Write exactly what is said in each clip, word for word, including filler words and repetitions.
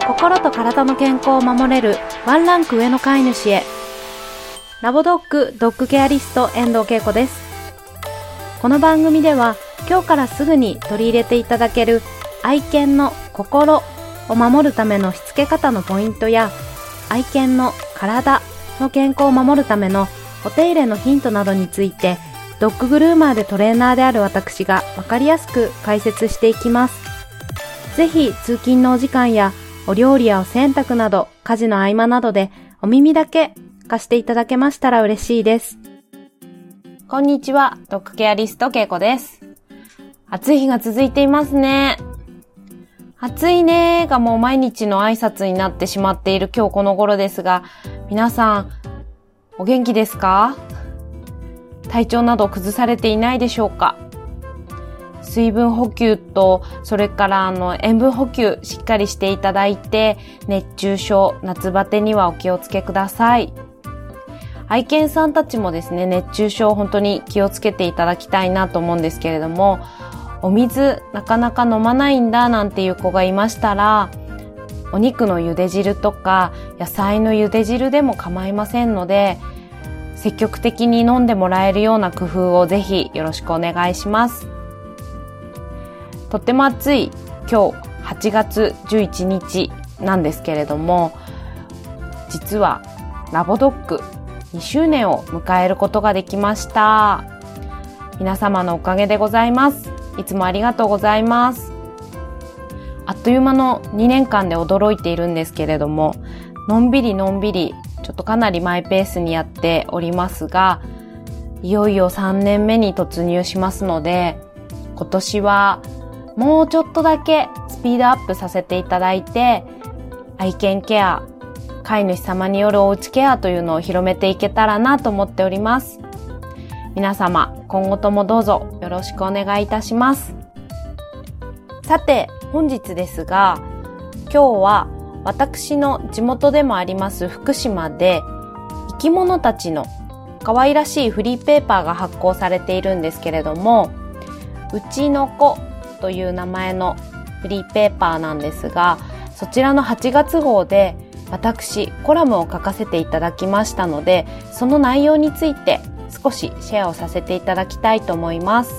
心と体の健康を守れるワンランク上の飼い主へ。ラボドッグドッグケアリスト遠藤恵子です。この番組では今日からすぐに取り入れていただける愛犬の心を守るためのしつけ方のポイントや、愛犬の体の健康を守るためのお手入れのヒントなどについて、ドッググルーマーでトレーナーである私がわかりやすく解説していきます。ぜひ通勤のお時間やお料理やお洗濯など家事の合間などでお耳だけ貸していただけましたら嬉しいです。こんにちは、ドッグケアリストけいこです。暑い日が続いていますね。暑いねーがもう毎日の挨拶になってしまっている今日この頃ですが、皆さんお元気ですか？体調など崩されていないでしょうか？水分補給と、それからあの塩分補給しっかりしていただいて、熱中症、夏バテにはお気をつけください。愛犬さんたちもですね、熱中症本当に気をつけていただきたいなと思うんですけれども、お水なかなか飲まないんだなんていう子がいましたら、お肉の茹で汁とか野菜の茹で汁でも構いませんので、積極的に飲んでもらえるような工夫をぜひよろしくお願いします。とっても暑い今日はちがつじゅういちにちなんですけれども、実はラボドッグにしゅうねんを迎えることができました。皆様のおかげでございます。いつもありがとうございます。あっという間のにねんかんで驚いているんですけれども、のんびりのんびりちょっとかなりマイペースにやっておりますが、いよいよさんねんめに突入しますので、今年はもうちょっとだけスピードアップさせていただいて、愛犬ケア、飼い主様によるおうちケアというのを広めていけたらなと思っております。皆様、今後ともどうぞよろしくお願いいたします。さて、本日ですが、今日は私の地元でもあります福島で、生き物たちの可愛らしいフリーペーパーが発行されているんですけれども、うちの子という名前のフリーペーパーなんですが、そちらのはちがつごうで私コラムを書かせていただきましたので、その内容について少しシェアをさせていただきたいと思います。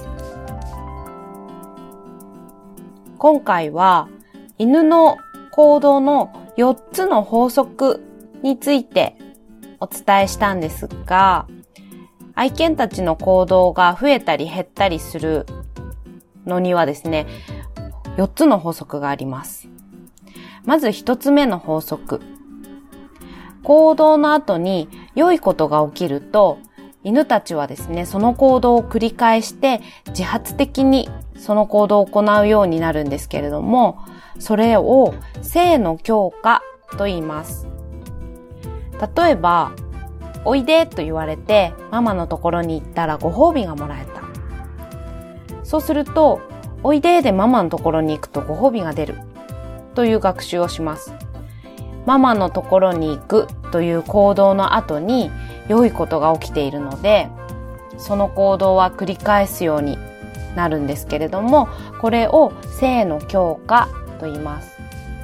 今回は犬の行動のよっつの法則についてお伝えしたんですが、愛犬たちの行動が増えたり減ったりするのにはですね、よっつの法則があります。まずひとつめの法則。行動の後に良いことが起きると、犬たちはですね、その行動を繰り返して自発的にその行動を行うようになるんですけれども、それを性の強化と言います。例えば、おいでと言われてママのところに行ったらご褒美がもらえた。そうすると、おいででママのところに行くとご褒美が出るという学習をします。ママのところに行くという行動の後に良いことが起きているので、その行動は繰り返すようになるんですけれども、これを性の強化と言います。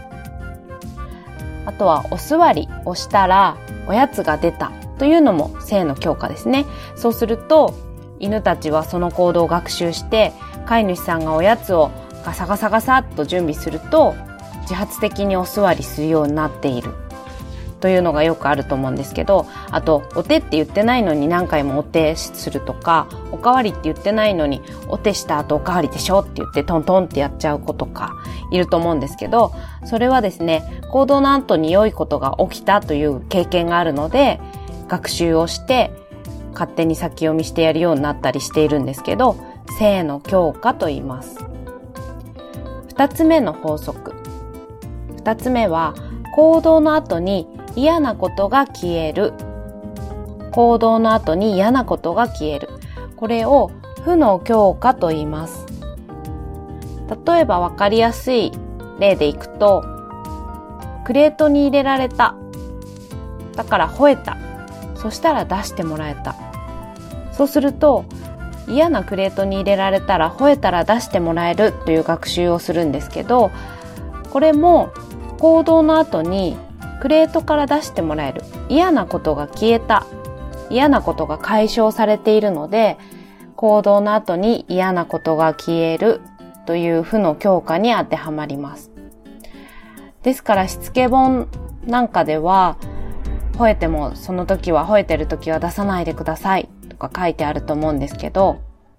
あとはお座りをしたらおやつが出たというのも性の強化ですね。そうすると犬たちはその行動を学習して、飼い主さんがおやつをガサガサガサっと準備すると自発的にお座りするようになっているというのがよくあると思うんですけど、あとお手って言ってないのに何回もお手するとか、おかわりって言ってないのにお手した後おかわりでしょって言ってトントンってやっちゃう子とかいると思うんですけど、それはですね、行動の後に良いことが起きたという経験があるので、学習をして勝手に先読みしてやるようになったりしているんですけど、性の強化と言います。二つ目の法則。二つ目は、行動の後に嫌なことが消える。行動の後に嫌なことが消える。これを負の強化と言います。例えばわかりやすい例でいくと、クレートに入れられた。だから吠えた。そしたら出してもらえた。そうすると、嫌なクレートに入れられたら吠えたら出してもらえるという学習をするんですけど、これも行動の後にクレートから出してもらえる、嫌なことが消えた、嫌なことが解消されているので、行動の後に嫌なことが消えるという負の強化に当てはまります。ですからしつけ本なんかでは、吠えてもその時は、吠えてる時は出さないでくださいとか書いてあると思うんですけど、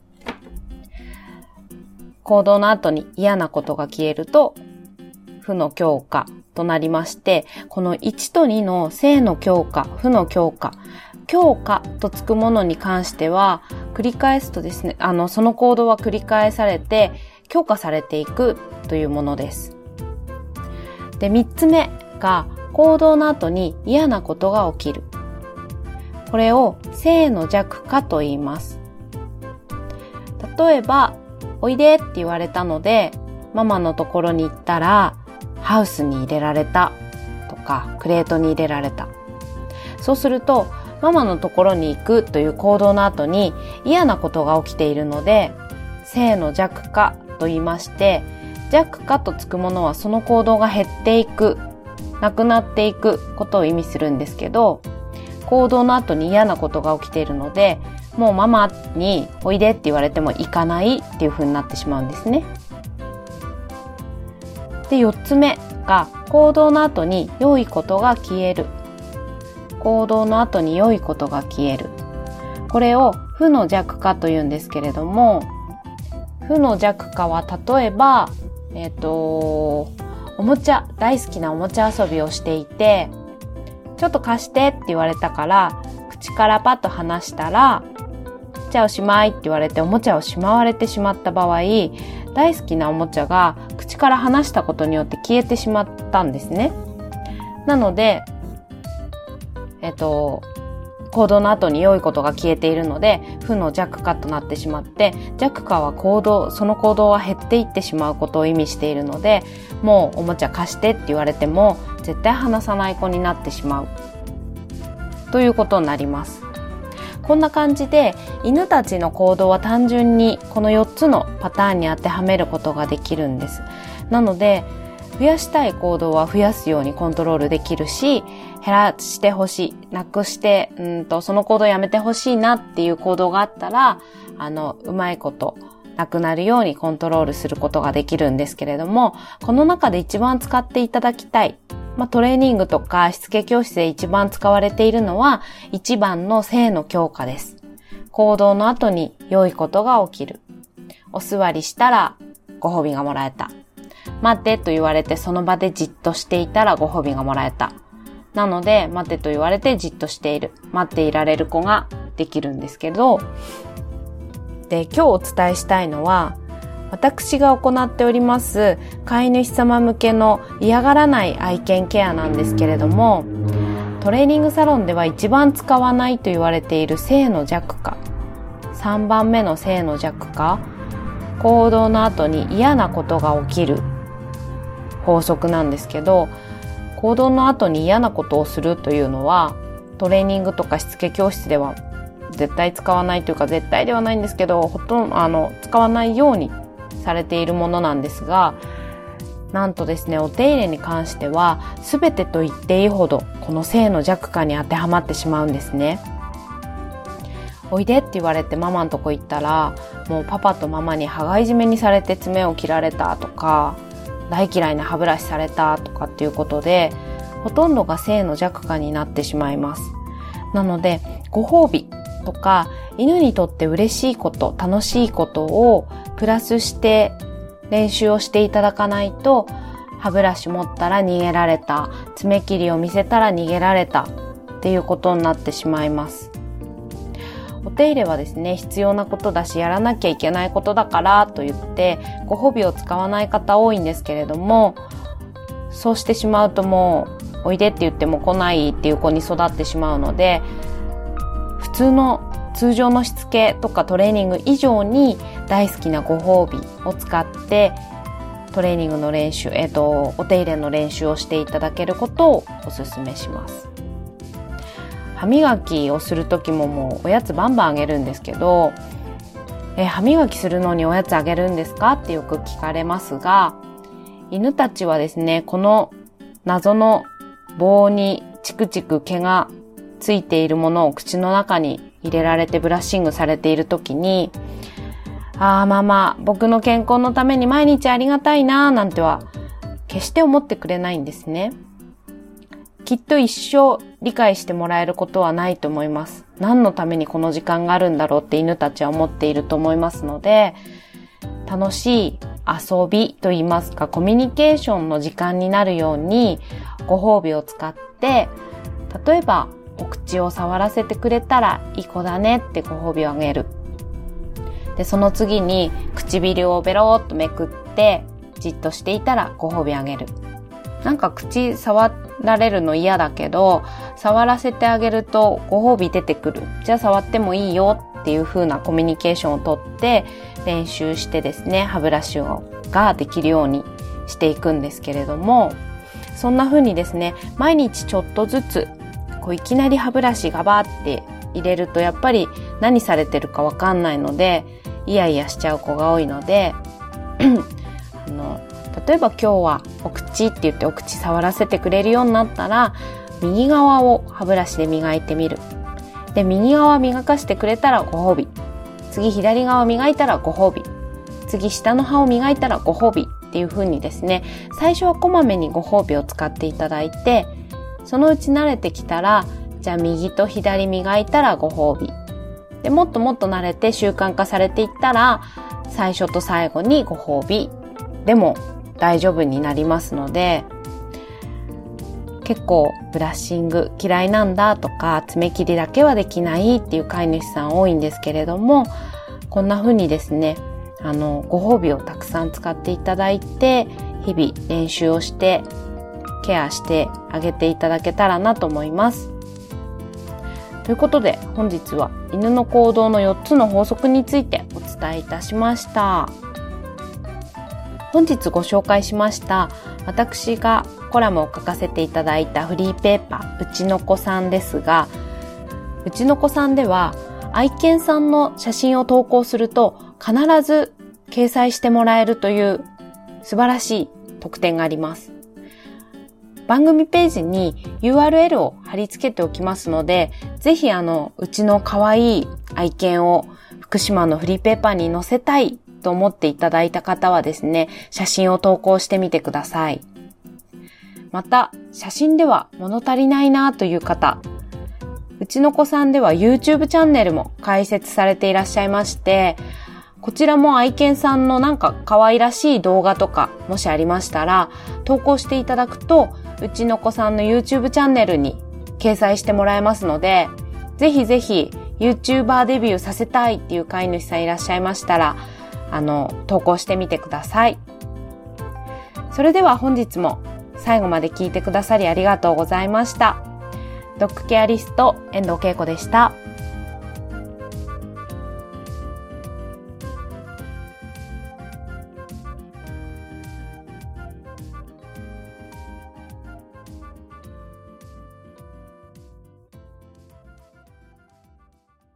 行動の後に嫌なことが消えると負の強化となりまして、このいちとにの正の強化、負の強化、強化とつくものに関しては繰り返すとですね、あのその行動は繰り返されて強化されていくというものです。で、みっつめが行動の後に嫌なことが起きる。これを正の弱化と言います。例えば、おいでって言われたので、ママのところに行ったら、ハウスに入れられたとか、クレートに入れられた。そうすると、ママのところに行くという行動の後に嫌なことが起きているので、正の弱化と言いまして、弱化とつくものはその行動が減っていく、なくなっていくことを意味するんですけど、行動の後に嫌なことが起きているので、もうママにおいでって言われても行かないっていう風になってしまうんですね。で、よっつめが行動の後に良いことが消える。行動の後に良いことが消える。これを負の弱化というんですけれども、負の弱化は例えば、えっと、おもちゃ、大好きなおもちゃ遊びをしていて、ちょっと貸してって言われたから、口からパッと離したら、じゃあおしまいって言われておもちゃをしまわれてしまった場合、大好きなおもちゃが口から離したことによって消えてしまったんですね。なので、えっと、行動の後に良いことが消えているので、負の弱化となってしまって、弱化は行動、その行動は減っていってしまうことを意味しているので、もうおもちゃ貸してって言われても、絶対離さない子になってしまう。ということになります。こんな感じで、犬たちの行動は単純にこのよっつのパターンに当てはめることができるんです。なので、増やしたい行動は増やすようにコントロールできるし、減らしてほしい、なくして、うんと、その行動やめてほしいなっていう行動があったら、あの、うまいこと、なくなるようにコントロールすることができるんですけれども、この中で一番使っていただきたい、まあ、トレーニングとかしつけ教室で一番使われているのは、いちばんの正の強化です。行動の後に良いことが起きる。お座りしたらご褒美がもらえた。待ってと言われてその場でじっとしていたらご褒美がもらえた。なので、待ってと言われてじっとしている。待っていられる子ができるんですけど、で、今日お伝えしたいのは、私が行っております飼い主様向けの嫌がらない愛犬ケアなんですけれども、トレーニングサロンでは一番使わないと言われている正の弱化、さんばんめの正の弱化、行動の後に嫌なことが起きる法則なんですけど、行動の後に嫌なことをするというのはトレーニングとかしつけ教室では絶対使わないというか、絶対ではないんですけど、ほとんどあの使わないようにされているものなんですが、なんとですね、お手入れに関しては全てと言っていいほどこの正の弱化に当てはまってしまうんですね。おいでって言われてママのとこ行ったら、もうパパとママに羽交い締めにされて爪を切られたとか、大嫌いな歯ブラシされたとかっていうことで、ほとんどが正の弱化になってしまいます。なので、ご褒美とか犬にとって嬉しいこと、楽しいことをプラスして練習をしていただかないと、歯ブラシ持ったら逃げられた、爪切りを見せたら逃げられたっていうことになってしまいます。お手入れはですね、必要なことだしやらなきゃいけないことだからと言ってご褒美を使わない方多いんですけれども、そうしてしまうともうおいでって言っても来ないっていう子に育ってしまうので、普通の通常のしつけとかトレーニング以上に大好きなご褒美を使ってトレーニングの練習、えっと、お手入れの練習をしていただけることをお勧めします。歯磨きをするときももうおやつバンバンあげるんですけど、え歯磨きするのにおやつあげるんですかってよく聞かれますが、犬たちはですね、この謎の棒にチクチク毛がついているものを口の中に入れられてブラッシングされているときに、ああママ、僕の健康のために毎日ありがたいなーなんては決して思ってくれないんですね。きっと一生理解してもらえることはないと思います。何のためにこの時間があるんだろうって犬たちは思っていると思いますので、楽しい遊びといいますかコミュニケーションの時間になるようにご褒美を使って、例えばお口を触らせてくれたらいい子だねってご褒美をあげる。で、その次に唇をベローっとめくってじっとしていたらご褒美あげる。なんか口触られるの嫌だけど、触らせてあげるとご褒美出てくる。じゃあ触ってもいいよっていう風なコミュニケーションをとって練習してですね、歯ブラシができるようにしていくんですけれども、そんな風にですね、毎日ちょっとずつこういきなり歯ブラシガバーって入れるとやっぱり何されてるかわかんないので、イヤイヤしちゃう子が多いのであの例えば今日はお口って言ってお口触らせてくれるようになったら、右側を歯ブラシで磨いてみる。で、右側磨かしてくれたらご褒美。次左側磨いたらご褒美。次下の歯を磨いたらご褒美っていう風にですね、最初はこまめにご褒美を使っていただいて、そのうち慣れてきたら、じゃあ右と左磨いたらご褒美。で、もっともっと慣れて習慣化されていったら、最初と最後にご褒美でも大丈夫になりますので、結構ブラッシング嫌いなんだとか爪切りだけはできないっていう飼い主さん多いんですけれども、こんな風にですね、あのご褒美をたくさん使っていただいて、日々練習をしてケアしてあげていただけたらなと思います。ということで本日は犬の行動のよっつの法則についてお伝えいたしました。本日ご紹介しました私がコラムを書かせていただいたフリーペーパーうちの子さんですが、うちの子さんでは愛犬さんの写真を投稿すると必ず掲載してもらえるという素晴らしい特典があります。番組ページに ユーアールエル を貼り付けておきますので、ぜひあのうちの可愛い愛犬を福島のフリーペーパーに載せたいと思っていただいた方はですね、写真を投稿してみてください。また、写真では物足りないなという方、うちの子さんでは YouTube チャンネルも開設されていらっしゃいまして、こちらも愛犬さんのなんか可愛らしい動画とかもしありましたら投稿していただくと、うちの子さんの YouTube チャンネルに掲載してもらえますので、ぜひぜひ YouTuber デビューさせたいっていう飼い主さんいらっしゃいましたら、あの投稿してみてください。それでは本日も最後まで聞いてくださりありがとうございました。ドッグケアリスト遠藤恵子でした。